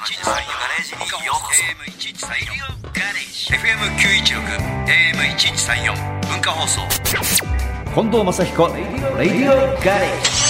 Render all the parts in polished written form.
FM916 AM1134 文化放送近藤正彦レディオガレージ。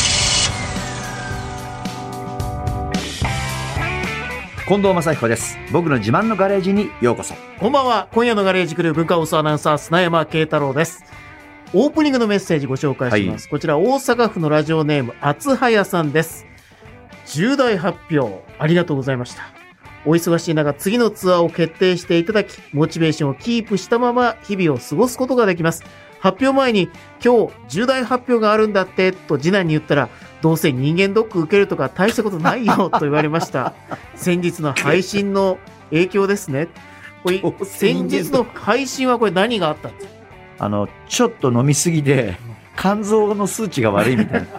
近藤正彦です。僕の自慢のガレージにようこそ。 こんばんは。今夜のガレージクルー文化放送アナウンサー砂山慶太郎です。オープニングのメッセージご紹介します。こちら大阪府のラジオネームあつはやさんです。重大発表ありがとうございました。お忙しい中、次のツアーを決定していただき、モチベーションをキープしたまま日々を過ごすことができます。発表前に、今日重大発表があるんだってと次男に言ったら、どうせ人間ドック受けるとか大したことないよと言われました。先日の配信の影響ですね。これ先日の配信はこれ何があったんですか？ ちょっと飲みすぎで肝臓の数値が悪いみたいな。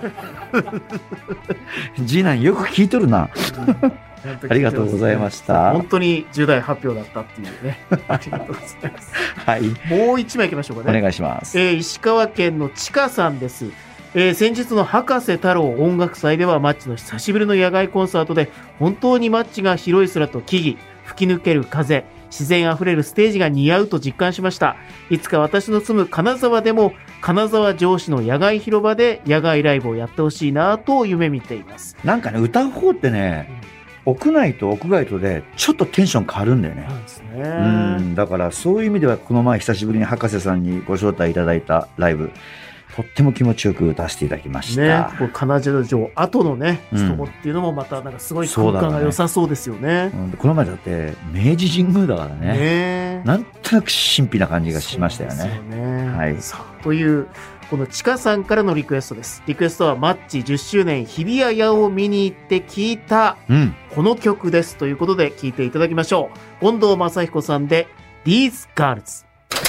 次男よく聞いとるな。ありがとうございました。 本当に重大発表だったっていうね。ありがとうございます。 はい。 もう一枚行きましょうかね。 お願いします。 石川県のちかさんです。先日の博士太郎音楽祭ではマッチの久しぶりの野外コンサートで本当にマッチが広い空と木々、吹き抜ける風、自然あふれるステージが似合うと実感しました。いつか私の住む金沢でも金沢城市の野外広場で野外ライブをやってほしいなと夢見ています。 なんかね、歌う方ってね、屋内と屋外とでちょっとテンション変わるんだよね。 そうですね。 だからそういう意味ではこの前久しぶりに博士さんにご招待いただいたライブ、とっても気持ちよく歌わせていただきました。 ね、これ金沢城後のね、ストボっていうのもまたなんかすごい空間が良さそうですよね。 この前だって明治神宮だからね。なんとなく神秘な感じがしましたよね。 そうですよね。 はい。 さあ、というこのちかさんからのリクエストです。リクエストはマッチ10周年日比谷野を見に行って聴いたこの曲ですということで聴いていただきましょう。近藤正彦さんで These Girls。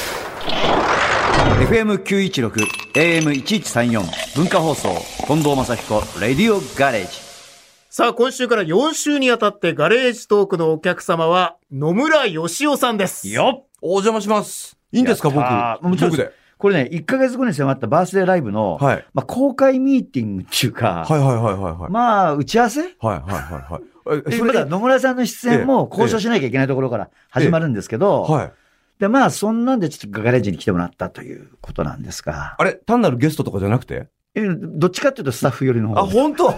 FM916 AM1134 文化放送近藤正彦レディオガレージ。 さあ、今週から4週にあたってガレージトークのお客様は野村義雄さんです。 よっ、お邪魔します。いいんですか、僕で。 これね、1ヶ月後に迫ったバースデーライブの、はい、公開ミーティングっていうか、打ち合わせ？まだ野村さんの出演も交渉しなきゃいけないところから始まるんですけど、で、そんなんでちょっとガレージに来てもらったということなんですが。 あれ、単なるゲストとかじゃなくて？ どっちかっていうとスタッフ寄りの方。 あ、本当？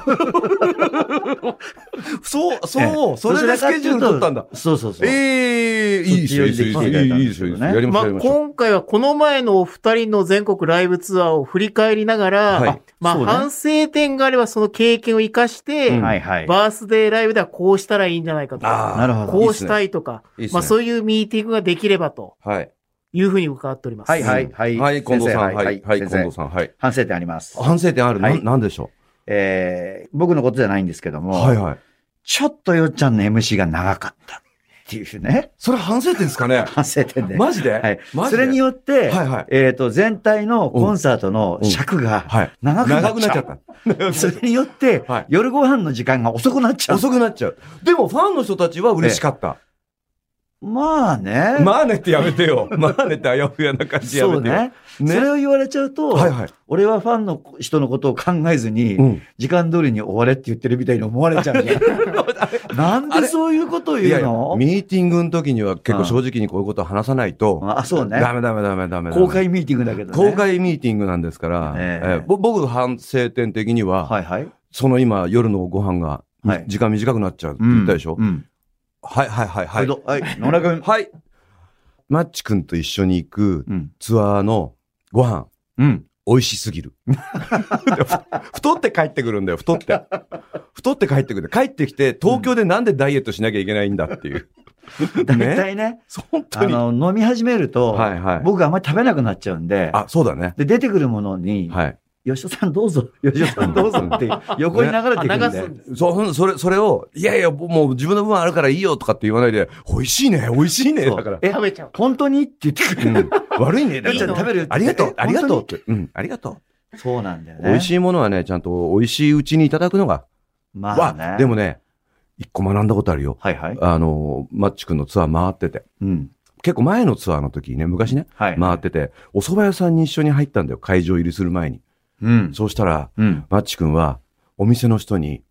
それでスケジュール取ったんだ。 そう。 いいですよ。やりましょう。 今回はこの前のお二人の全国ライブツアーを振り返りながら、反省点があればその経験を生かして、バースデーライブではこうしたらいいんじゃないかとか、 なるほど。 こうしたいとか、そういうミーティングができればと。いうふうに伺っております。 はい、 近藤さん。近藤さん。 反省点あります。 反省点ある？何でしょう？僕のことじゃないんですけども、ちょっとよっちゃんの MC が長かったっていうね。 それ反省点ですかね？ 反省点で。 マジで？ はい。それによって、全体のコンサートの尺が長くなっちゃった。それによって、夜ご飯の時間が遅くなっちゃう。 でもファンの人たちは嬉しかった。 まあねってやめてよ。ってあやふやな感じやめてよ。 そうね。それを言われちゃうと、俺はファンの人のことを考えずに、時間通りに終われって言ってるみたいに思われちゃうじゃん。なんでそういうことを言うの？ ミーティングの時には結構正直にこういうことを話さないと。 そうね。 ダメ。 公開ミーティングだけどね。 公開ミーティングなんですから、僕の反省点的には、その今夜のご飯が時間短くなっちゃうって言ったでしょ？はい。 野村君。 はい。マッチ君と一緒に行くツアーのご飯。美味しすぎる。太って帰ってくるんだよ、太って帰ってくる。帰ってきて、東京でなんでダイエットしなきゃいけないんだっていう。 大体ね。本当に。飲み始めると、僕があんまり食べなくなっちゃうんで。 そうだね。 で、出てくるものに、吉尾さんどうぞって横に流れていくんで。 それを、いやもう自分の分あるからいいよとかって言わないで、美味しいね、だから。 食べちゃう。 本当にって言ってくる。 悪いね。 だって食べる。 ありがとうって。ありがとう。そうなんだよね。 美味しいものはね、ちゃんと美味しいうちにいただくのが。でもね、一個学んだことあるよ。マッチ君のツアー回ってて。結構前のツアーの時にね、昔ね、回ってて、お蕎麦屋さんに一緒に入ったんだよ、会場入りする前に。そうしたら、マッチ君は、お店の人に、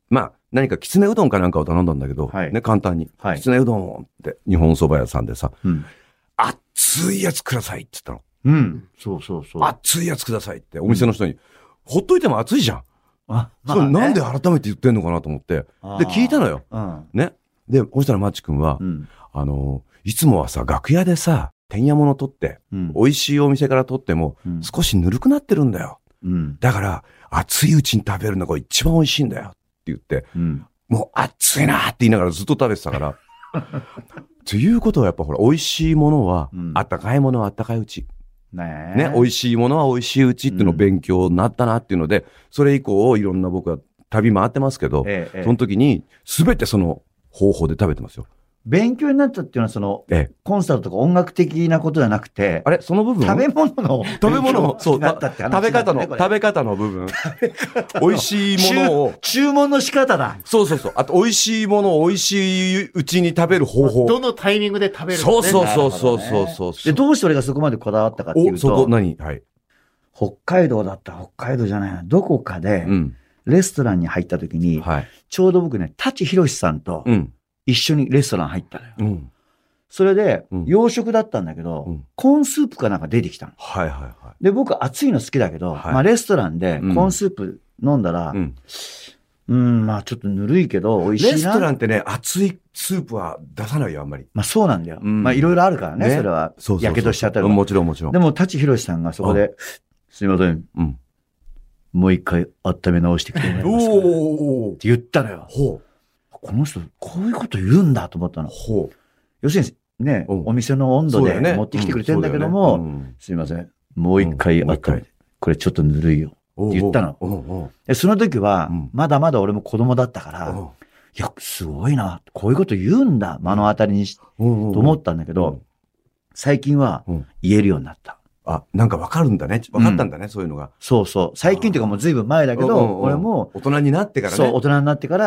まあ、何かきつねうどんかなんかを頼んだんだけど、ね、簡単に。きつねうどんって日本蕎麦屋さんでさ、熱いやつくださいって言ったの。 そうそうそう。 熱いやつくださいってお店の人に、ほっといても熱いじゃん。それなんで改めて言ってんのかなと思って。で、聞いたのよ。ね。で、そしたらマッチ君は、いつもはさ、楽屋でさ、てんやもの取って、美味しいお店から取っても、少しぬるくなってるんだよ。だから、熱いうちに食べるのが一番美味しいんだよって言って、もう熱いなーって言いながらずっと食べてたから。ということはやっぱほら、美味しいものは、あったかいものはあったかいうち。ね、美味しいものは美味しいうちっていうのを勉強になったなっていうので、それ以降いろんな僕は旅回ってますけど、その時に全てその方法で食べてますよ。 勉強になったっていうのはその、コンサートとか音楽的なことじゃなくて、 あれその部分食べ物の、 そう、食べ方の部分。美味しいものを。 注文の仕方だ。 そう。あと美味しいものを美味しいうちに食べる方法。 どのタイミングで食べるか、ね。そう。 で、どうして俺がそこまでこだわったかっていうと、 そこ何？はい。 北海道じゃないな。どこかで、レストランに入った時に、ちょうど僕ね、舘ひろしさんと、一緒にレストラン入ったのよ。それで、洋食だったんだけど、コーンスープかなんか出てきたの。で、僕熱いの好きだけど、まあレストランでコーンスープ飲んだら、まあちょっとぬるいけど美味しいな。 レストランってね、熱いスープは出さないよ、あんまり。 まあそうなんだよ。まあいろいろあるからね、それは。やけどしちゃったり。 もちろん。 でも、舘ひろしさんがそこで、すいません。もう一回温め直してきてもらえますかって言ったのよ。この人、こういうこと言うんだと思ったの。要するにね、お店の温度で持ってきてくれてるんだけども、すいません、もう一回温めて、これちょっとぬるいよって言ったの。で、その時は、まだまだ俺も子供だったから、いや、すごいな、こういうこと言うんだ、目の当たりにと思ったんだけど、最近は言えるようになった。 なんかわかるんだね。わかったんだね、そういうのが。 そう。最近っていうかもう随分前だけど、俺も。 大人になってからね。 そう、大人になってから、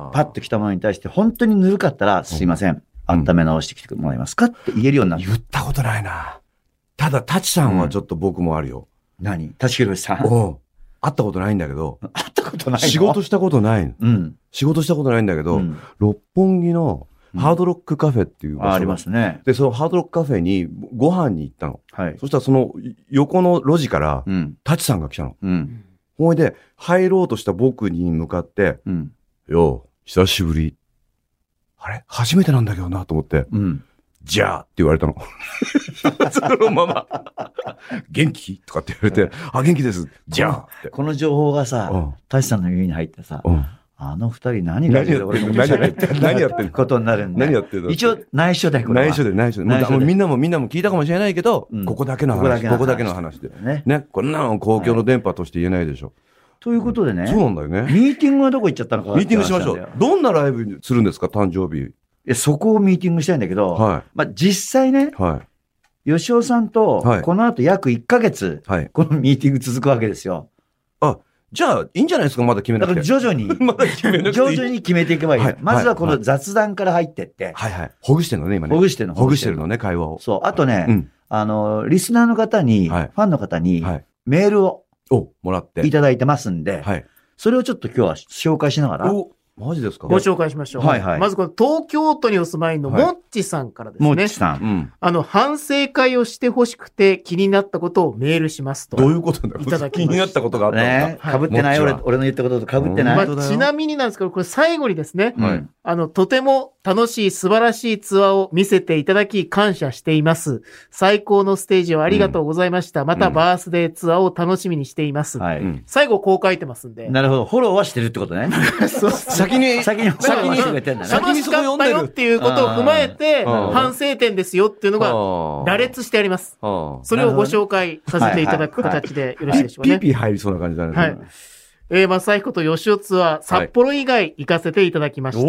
パッと来たものに対して、本当にぬるかったら、すいません、温め直してきてもらえますかって言えるようになった。 言ったことないな。ただ、舘さんはちょっと僕もあるよ。 何？舘ひろしさん？ 会ったことないんだけど。 会ったことないの？ 仕事したことない。仕事したことないんだけど、六本木の、ハードロックカフェっていう場所がありますね。 で、そのハードロックカフェにご飯に行ったの。そしたらその横の路地から、舘さんが来たの。ほいで、入ろうとした僕に向かって、よう、久しぶり。あれ初めてなんだけどなと思って、じゃあって言われたの。そのまま、元気とかって言われて、元気です。じゃあって。 この情報がさ、舘さんの耳に入ってさ、あの二人何やってんのことになるんだ。 何やってんの？ 一応内緒だよ、これは。 内緒で。みんなも聞いたかもしれないけど、ここだけの話で。ね。こんなの公共の電波として言えないでしょ。 ということでね。 そうなんだよね。 ミーティングはどこ行っちゃったのか。 ミーティングしましょう。どんなライブするんですか、誕生日。 そこをミーティングしたいんだけど、まあ実際ね、吉尾さんと、この後約1ヶ月、このミーティング続くわけですよ。 じゃあ、いいんじゃないですか、まだ決めなくて。 だから徐々に、徐々に決めていけばいい。まずはこの雑談から入ってって。 ほぐしてるのね、今ね。 ほぐしてるのね、会話を。 そう。あとね、リスナーの方に、ファンの方に、メールを、 もらって。 いただいてますんで、それをちょっと今日は紹介しながら。 マジですか？ ご紹介しましょう。まずこの東京都にお住まいのもっちさんからですね。 もっちさん。 反省会をしてほしくて気になったことをメールしますと。 どういうことだよ。 いただき気になったことがあったんだ。被ってない俺の言ったことと被ってない。 ちなみになんですけど、これ最後にですね、とても楽しい素晴らしいツアーを見せていただき感謝しています。最高のステージをありがとうございました。またバースデーツアーを楽しみにしています。最後こう書いてますんで。 なるほど。フォローはしてるってことね。 先に楽しかったよっていうことを踏まえて、反省点ですよっていうのが羅列してあります。それをご紹介させていただく形でよろしいでしょうかね。 ピーピー入りそうな感じだね。 正彦と吉尾ツアー、札幌以外行かせていただきました。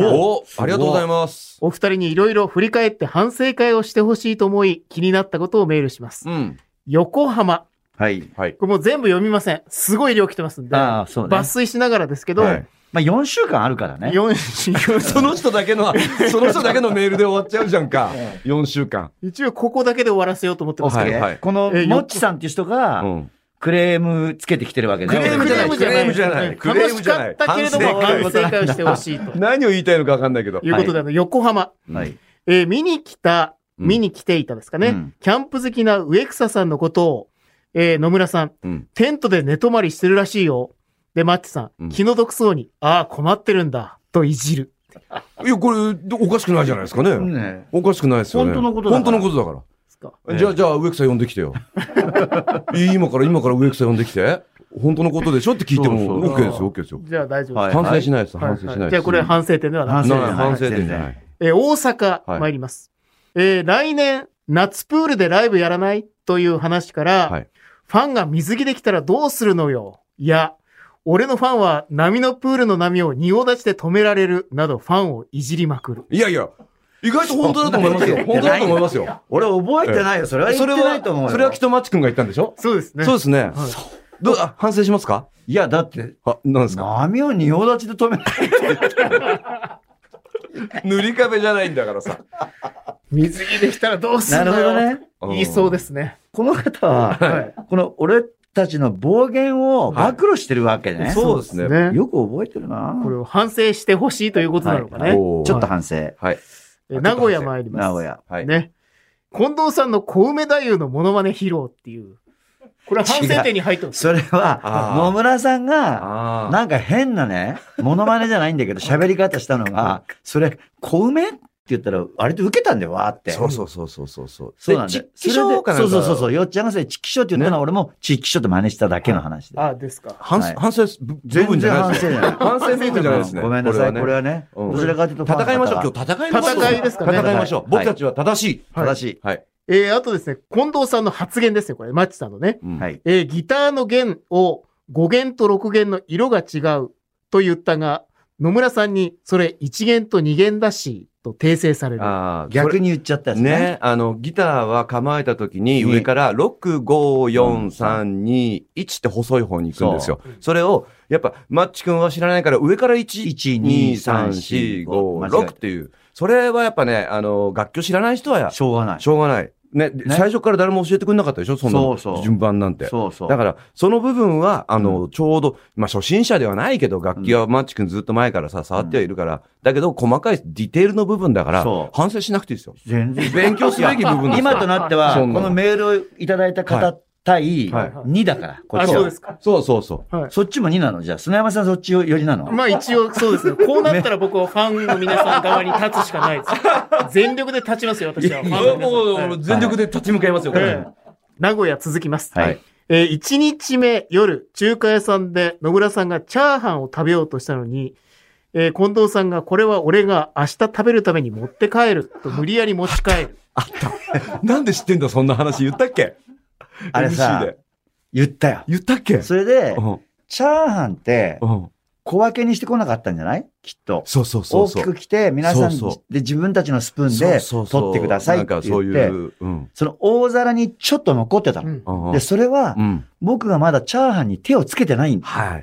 ありがとうございます。 お二人にいろいろ振り返って反省会をしてほしいと思い、気になったことをメールします。横浜。これもう全部読みません。すごい量来てますんで、抜粋しながらですけど、 まあ4週間あるからね。 その人だけのメールで終わっちゃうじゃんか。4週間。 一応ここだけで終わらせようと思ってますけど、 このもっちさんっていう人が、 クレームつけてきてるわけね。 クレームじゃない。 クレームじゃない。楽しかったけれども、反省会をしてほしいと。 何を言いたいのか分かんないけど。 いうことで、横浜。 はい。 見に来ていたですかね。キャンプ好きな植草さんのことを、野村さん、テントで寝泊まりしてるらしいよ。で、マッチさん、気の毒そうに、ああ、困ってるんだ、といじる。 いや、これ、おかしくないじゃないですかね。おかしくないですよね。 本当のことだから。 本当のことだから。じゃあ、植草呼んできてよ。今から植草呼んできて。本当のことでしょって聞いても、OK ですよ、OK ですよ。 じゃあ大丈夫です。 反省しないです、反省しないです。 じゃあこれ反省点ではない。 反省点じゃない。 大阪、参ります。来年、夏プールでライブやらないという話から、ファンが水着できたらどうするのよ。いや、俺のファンは波のプールの波を仁王立ちで止められるなどファンをいじりまくる。 いやいや、意外と本当だと思いますよ。本当だと思いますよ。 俺覚えてないよ。それは言ってないと思うよ。 それはきっとマッチ君が言ったんでしょ？そうですね。そうですね。反省しますか？ いや、だって、 何ですか？ 波を仁王立ちで止めない塗り壁じゃないんだからさ。 水着できたらどうするのよ。なるほどね。言いそうですね。 この方は、この俺たちの暴言を暴露してるわけね。 そうですね。 よく覚えてるな。 これを反省してほしいということなのかね。 ちょっと反省。 はい。 名古屋参ります。 名古屋。 はい。ね。近藤さんの小梅太夫のモノマネ披露っていう。これは反省点に入ってます。 それは、野村さんが、なんか変なね、モノマネじゃないんだけど、喋り方したのが、それ、小梅って言ったら、あれで受けたんだよ、わーって。 そう。 そうなんだよ。 チッキショーかな。 そう。よっちゃんがそれ、チッキショーって言ったのは、俺もチッキショーって真似しただけの話で。 あ、ですか。 反省部分じゃないですね。反省部分じゃないですね。 ごめんなさい、これはね。どちらかというと、 戦いましょう。今日戦いましょう。 戦いですかね。 戦いましょう。僕たちは正しい。 正しい。 はい。 あとですね、近藤さんの発言ですよ、これ。マッチさんのね。 はい。 ギターの弦を5弦と6弦の色が違うと言ったが、野村さんにそれ1弦と2弦だし、と訂正される。 逆に言っちゃったんですね。 ギターは構えた時に上から6、5、4、3、2、1って細い方に行くんですよ。それを、やっぱ、マッチ君は知らないから上から1、2、3、4、5、6っていう。それはやっぱね、楽器を知らない人はしょうがない。 しょうがない。ね、最初から誰も教えてくれなかったでしょその順番なんて。 そう。 だから、その部分は、ちょうど、初心者ではないけど、楽器はマッチ君ずっと前からさ、触ってはいるから、だけど、細かいディテールの部分だから、反省しなくていいですよ。 全然。 勉強すべき部分です。 今となっては、このメールをいただいた方、対2だから、こっちは。 そうですか。 そう。 そっちも2なの？じゃあ、砂山さんそっち寄りなの？ まあ一応そうですね。こうなったら僕はファンの皆さん側に立つしかないです。全力で立ちますよ、私は。 もう全力で立ち向かいますよ、 名古屋続きます。 はい。 1日目夜、中華屋さんで野村さんがチャーハンを食べようとしたのに、近藤さんがこれは俺が明日食べるために持って帰ると無理やり持ち帰る。 あった。なんで知ってんだ、そんな話言ったっけ？ あれさ、言ったよ。 言ったっけ？ それで、チャーハンって、小分けにしてこなかったんじゃないきっと。 そう。 大きく来て、皆さんで自分たちのスプーンで取ってくださいって言って、その大皿にちょっと残ってたの。で、それは、僕がまだチャーハンに手をつけてないんだ。 はい。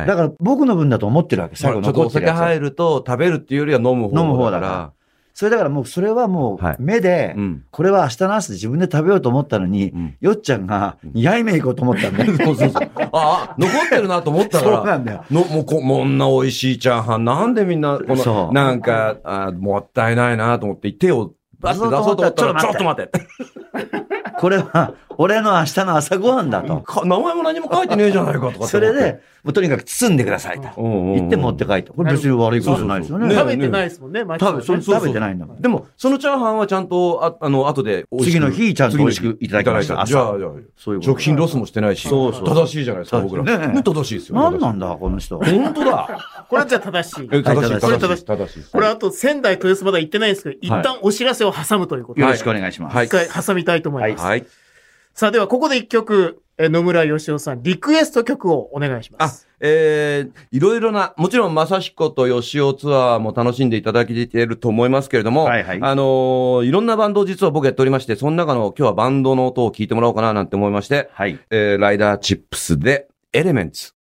だから僕の分だと思ってるわけ、最後残ってるやつ。ちょっとお酒入ると食べるっていうよりは飲む方だから。 それだからもう、それはもう、目で、これは明日の朝で自分で食べようと思ったのに、よっちゃんが、やいめい行こうと思ったんだよ。 そう。残ってるなと思ったから。 そうなんだよ。 もうこんな美味しいチャーハン、なんでみんな、なんか、もったいないなと思って、手をバッて出そうと思ったら、ちょっと待って。 これは、俺の明日の朝ごはんだと。 名前も何も書いてねえじゃないかとか。 それで、もうとにかく包んでくださいと。言って持って帰って。これ別に悪いことないですよね。 食べてないですもんね、 食べてないんだもん。 でも、そのチャーハンはちゃんと、後で次の日、ちゃんと美味しくいただきました。 じゃあ、食品ロスもしてないし。正しいじゃないですか、僕ら。正しいですよ。 何なんだ、この人。 本当だ。 これじゃ正しい。 正しい。 これあと、仙台豊洲まだ行ってないんですけど、一旦お知らせを挟むということで。 よろしくお願いします。 一回挟みたいと思います。 はい。 さあ、では、ここで一曲、野村義雄さん、リクエスト曲をお願いします。 いろいろな、もちろん、正彦と義雄ツアーも楽しんでいただけていると思いますけれども、いろんなバンドを実は僕やっておりまして、その中の今日はバンドの音を聞いてもらおうかななんて思いまして、ライダーチップスで、エレメンツ。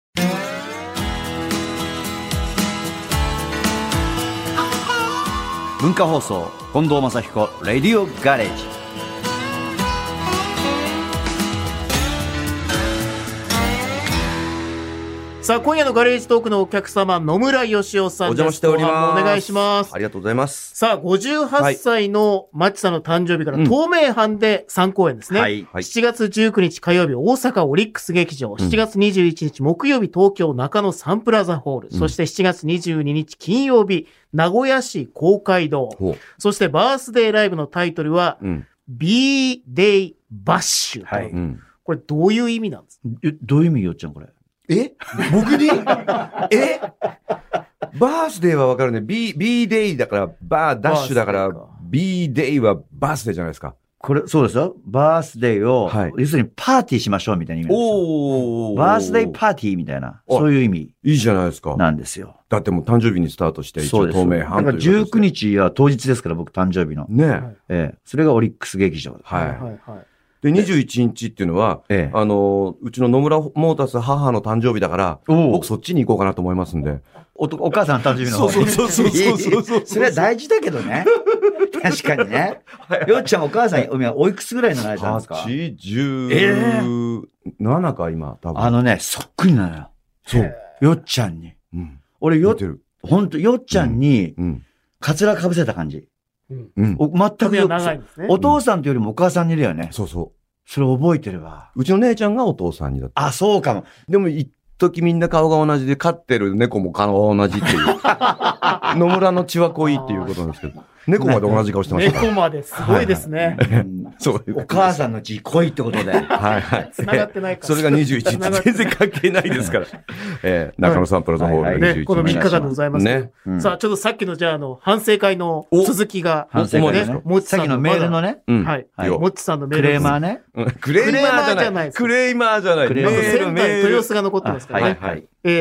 文化放送、近藤正彦、レディオガレージ。 さあ、今夜のガレージトークのお客様、野村義雄さんです。 お邪魔しております。 お願いします。 ありがとうございます。 さあ、58歳のマッチさんの誕生日から東名阪で3公演ですね。はい。7月19日火曜日、大阪オリックス劇場。7月21日木曜日、東京中野サンプラザホール。そして7月22日金曜日、名古屋市公会堂。そしてバースデーライブのタイトルは、B-Day バッシュ。はい。これどういう意味なんですか？ どういう意味よっちゃんこれ。 僕にバースデーはわかるね。B-Day だから、ダッシュだから、B-Day はバースデーじゃないですか。 これ、そうですよ。バースデーを、はい、要するにパーティーしましょうみたいな意味ですよ。バースデーパーティーみたいな、そういう意味。 いいじゃないですか。 なんですよ。 だってもう誕生日にスタートして、一応透明版という。 だから19日は当日ですから、僕誕生日の。 ねそれがオリックス劇場。 はい。で、21日っていうのは、うちの野村モータス母の誕生日だから、僕そっちに行こうかなと思いますんで。 お母さんの誕生日の方そう。 それは大事だけどね。確かにね。よっちゃんお母さん、おいくつぐらいのないじゃないですか。 87か、今、多分。 そっくりなのよ。 そう。 よっちゃんに。俺、ほんと、よっちゃんに、カツラ被せた感じ。全くお父さんというよりもお母さんにいるよね。 そうそう。 それ覚えてるわ。 うちの姉ちゃんがお父さんにだった。 あ、そうかも。 でも、一時みんな顔が同じで、飼ってる猫も顔が同じっていう。野村の血は濃いっていうことなんですけど。猫まで同じ顔してました。 猫まですごいですね。 そう。お母さんの血濃いってことで。 はいはい。 繋がってないから。 それが21日。全然関係ないですから。中野サンプラザホール21日。 この3日間でございますね。さあ、ちょっとさっきのじゃあ反省会の続きが。 反省会ね。さっきのメールのね。 はい。もっちさんのメール。 クレーマーね。 クレーマーじゃない。クレーマーじゃない。 仙台豊洲が残ってますからね。はい。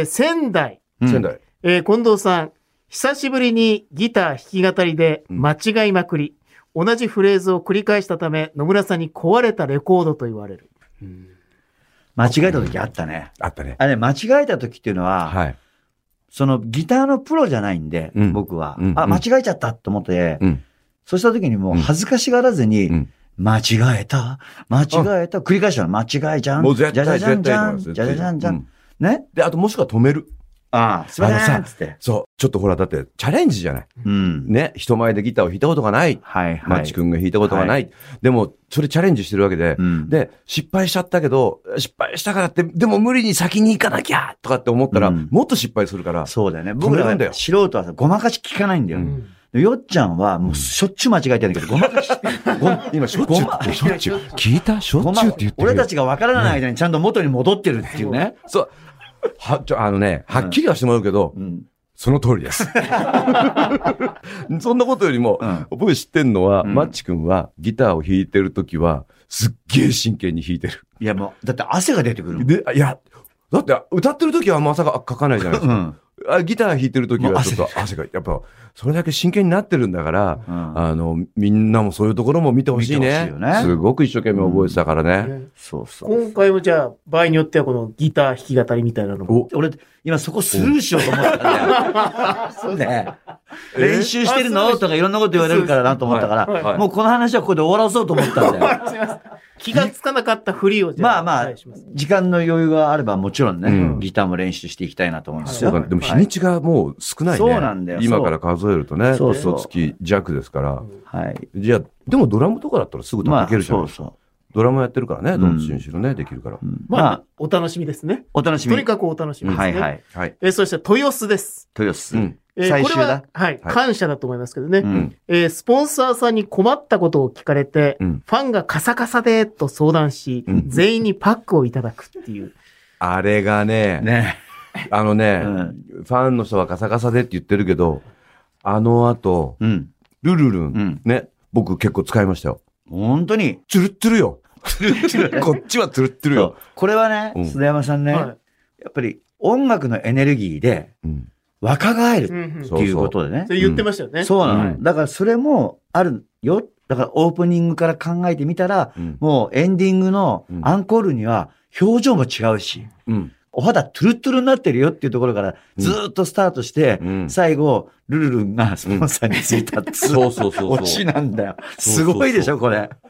仙台。近藤さん。久しぶりにギター弾き語りで間違いまくり、同じフレーズを繰り返したため、野村さんに壊れたレコードと言われる。 間違えた時あったね。 あったね。 間違えた時っていうのは、そのギターのプロじゃないんで、僕は。間違えちゃったと思って、そうした時にもう恥ずかしがらずに、間違えた、繰り返したの。間違えちゃん。 もう絶対じゃじゃんじゃん。ね。 で、あともしくは止める。 すいませんつって。 そう。ちょっとほら、だって、チャレンジじゃない。ね。人前でギターを弾いたことがない。マッチ君が弾いたことがない。でも、それチャレンジしてるわけで。で、失敗しちゃったけど、失敗したからって、でも無理に先に行かなきゃとかって思ったら、もっと失敗するから。 そうだよね。僕らは素人はごまかし聞かないんだよ。よっちゃんは、もうしょっちゅう間違えてるんだけど、ごまかし、 今しょっちゅう聞いたしょっちゅうって言ってる。 俺たちが分からない間にちゃんと元に戻ってるっていうね。 そう。はっきりはしてもらうけど、その通りです。そんなことよりも、僕知ってんのは、マッチ君はギターを弾いてるときは、すっげえ真剣に弾いてる。 いやもう、だって汗が出てくる。 いや、だって歌ってるときはまさか書かないじゃないですか。ギター弾いてるときはちょっと汗が、やっぱ、それだけ真剣になってるんだから、みんなもそういうところも見てほしいね。すごく一生懸命覚えてたからね。 そうそう。 今回もじゃあ、場合によってはこのギター弾き語りみたいなのも。 俺、今そこスルーしようと思ったんだよ。そうね。練習してるのとかいろんなこと言われるからなと思ったから、もうこの話はここで終わらそうと思ったんだよ。すいません。 気がつかなかったふりをじゃあ。 まあ、時間の余裕があればもちろんね、ギターも練習していきたいなと思いますよ。 でも日にちがもう少ないね。 そうなんだよ。 今から数えるとね、嘘つき弱ですから。 はい。 じゃあ、でもドラムとかだったらすぐ叩けるじゃん。 そうそう。 ドラムやってるからね、どっちにしろね、できるから。 まあ、お楽しみですね。 お楽しみ。 とにかくお楽しみですね。 はいはい。 そして豊洲です。 豊洲。最終だ。 はい。感謝だと思いますけどね。スポンサーさんに困ったことを聞かれて、ファンがカサカサでと相談し、全員にパックをいただくっていう。 あれがね、ファンの人はカサカサでって言ってるけど、あの後、ルルルン、ね、僕結構使いましたよ。 本当にツルッツルよ。こっちはツルッツルよ。 これはね、須田山さんね、やっぱり音楽のエネルギーで、若返るっていうことでね。 それ言ってましたよね。 そうなの。だからそれもあるよ。だからオープニングから考えてみたら、もうエンディングのアンコールには表情も違うし、お肌トゥルットゥルになってるよっていうところからずーっとスタートして、最後、ルルルンがスポンサーについたっていうオチなんだよ。すごいでしょ、これ。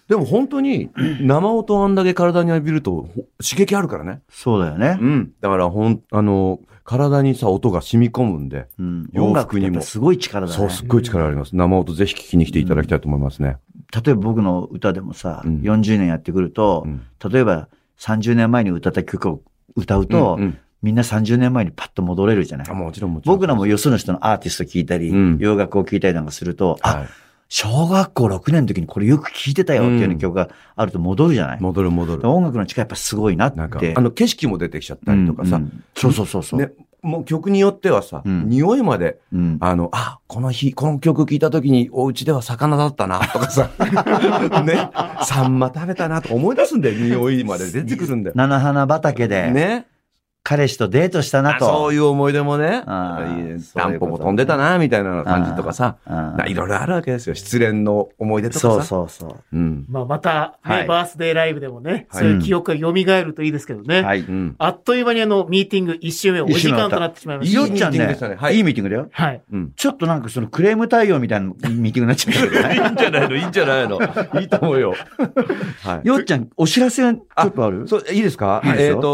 でも本当に生音あんだけ体に浴びると刺激あるからね。 そうだよね。 うん。だから体にさ、音が染み込むんで。 うん。洋服にもすごい力だね。 そう、すっごい力あります。生音ぜひ聞きに来ていただきたいと思いますね。 例えば僕の歌でもさ、40年やってくると、例えば30年前に歌った曲を歌うと、みんな30年前にパッと戻れるじゃない。 もちろんもちろん。 僕らもよその人のアーティスト聞いたり、洋楽を聞いたりなんかすると、小学校6年の時にこれよく聞いてたよっていうような曲があると戻るじゃない。 戻る。 音楽の力やっぱすごいなって。なんか景色も出てきちゃったりとかさ。 そう。 ね、もう曲によってはさ、匂いまで、この日、この曲聴いた時にお家では魚だったなとかさ、ね、サンマ食べたなとか思い出すんだよ、匂いまで出てくるんだよ。 菜の花畑で。ね。彼氏とデートしたなと。 そういう思い出もね、タンポポ飛んでたな、みたいな感じとかさ、いろいろあるわけですよ。失恋の思い出とかさ。そう。 また、ね、バースデーライブでもね、そういう記憶が蘇るといいですけどね。あっという間にミーティング1週目お時間となってしまいました。 よっちゃんね、いいミーティングだよ。 はい。 ちょっとなんかそのクレーム対応みたいなミーティングになっちゃうけどね。 いいんじゃないのいいと思うよ。 よっちゃん、お知らせちょっとある？ そう、いいですか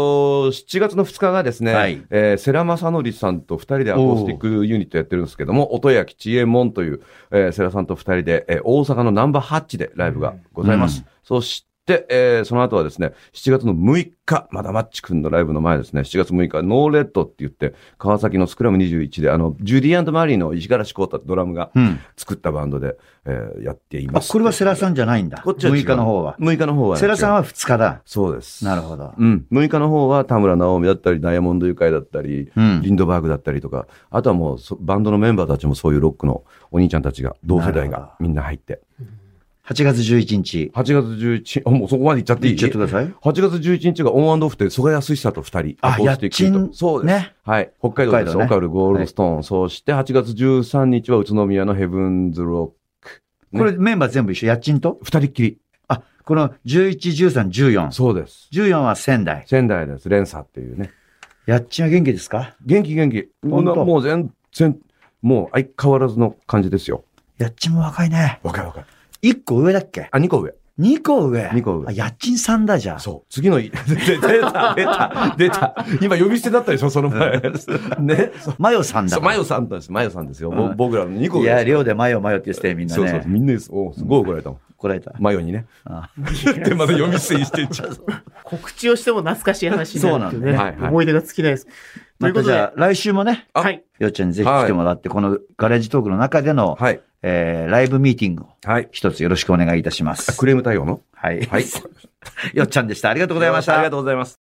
？7月の2日がですね、世良正則さんと2人でアコースティックユニットやってるんですけども、音焼知恵門という、世良さんと2人で、大阪のナンバーハッチでライブがございます。そして、その後はですね、7月の6日、まだマッチ君のライブの前ですね、7月6日、ノーレッドって言って、川崎のスクラム21で、ジュディ&マリーの石原志功太ドラムが作ったバンドで、やっています。 これは世良さんじゃないんだ。こっちは6日の方は。 6日の方は。 世良さんは2日だ。 そうです。 なるほど。 6日の方は田村直美だったり、ダイヤモンドユカイだったり、リンドバーグだったりとか、あとはもうバンドのメンバーたちもそういうロックのお兄ちゃんたちが、同世代がみんな入って。 8月11日。 8月11日、もうそこまで行っちゃっていい？ 行っちゃってください。 8月11日がオン&オフで、曽我康久と2人。 やっちん。 そうです。ね。はい。北海道です。オカルゴールドストーン。そして8月13日は宇都宮のヘブンズロック。 これメンバー全部一緒？やっちんと 2人っきり。 この11、13、14。 そうです。 14は仙台。 仙台です。連鎖っていうね。 やっちんは元気ですか？ 元気。もう全然、もう相変わらずの感じですよ。 やっちんも若いね。 若い。 1個上だっけ ？2個上。 2個上。 2個上。 やっちんさんだじゃん。 そう。次の、出た。今呼び捨てだったでしょ、その前。ね。 マヨさんだ。 そう、マヨさんですよ。僕らの2個上。 いや、寮でマヨって言ってたよ、みんなね。 そう。みんなです。すごい怒られたもん。 怒られた。 マヨにね。で、まだ呼び捨てにしてんじゃん。 告知をしても懐かしい話になるっていうね。 はい。 思い出が尽きないです。 ということで、じゃあ来週もね、よっちゃんにぜひ来てもらって、このガレージトークの中での、ライブミーティングを一つよろしくお願いいたします。 クレーム対応の？ はい。よっちゃんでした。ありがとうございました。 ありがとうございます。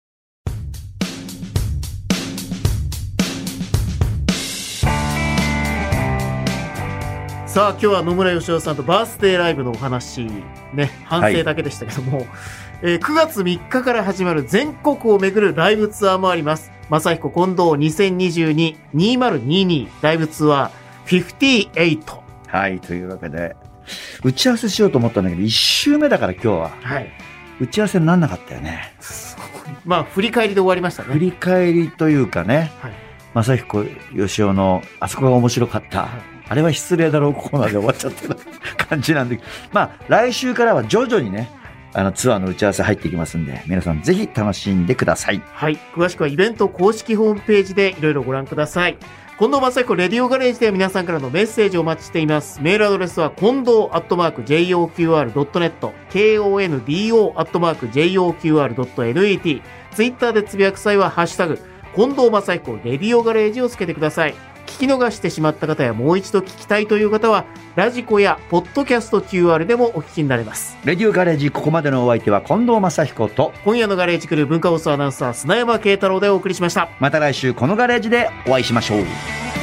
さあ、今日は野村義雄さんとバースデーライブのお話、ね、反省だけでしたけども、9月3日から始まる全国を巡るライブツアーもあります。正彦近藤2022-2022ライブツアー58。 はい、というわけで、打ち合わせしようと思ったんだけど、1週目だから今日は。 はい。 打ち合わせにならなかったよね。 まあ、振り返りで終わりましたね。 振り返りというかね、正彦義雄の、あそこが面白かった。あれは失礼だろうコーナーで終わっちゃってる感じなんで、まあ、来週からは徐々にね、ツアーの打ち合わせ入っていきますんで、皆さんぜひ楽しんでください。 はい。詳しくはイベント公式ホームページでいろいろご覧ください。近藤正彦レディオガレージでは皆さんからのメッセージをお待ちしています。メールアドレスは近藤@joqr.net、kondo@joqr.net、ツイッターでつぶやく際はハッシュタグ、近藤正彦レディオガレージをつけてください。聞き逃してしまった方やもう一度聞きたいという方は、ラジコやポッドキャスト QR でもお聞きになれます。 レディオガレージ、ここまでのお相手は近藤正彦と、 今夜のガレージクルー文化放送アナウンサー砂山慶太郎でお送りしました。 また来週このガレージでお会いしましょう。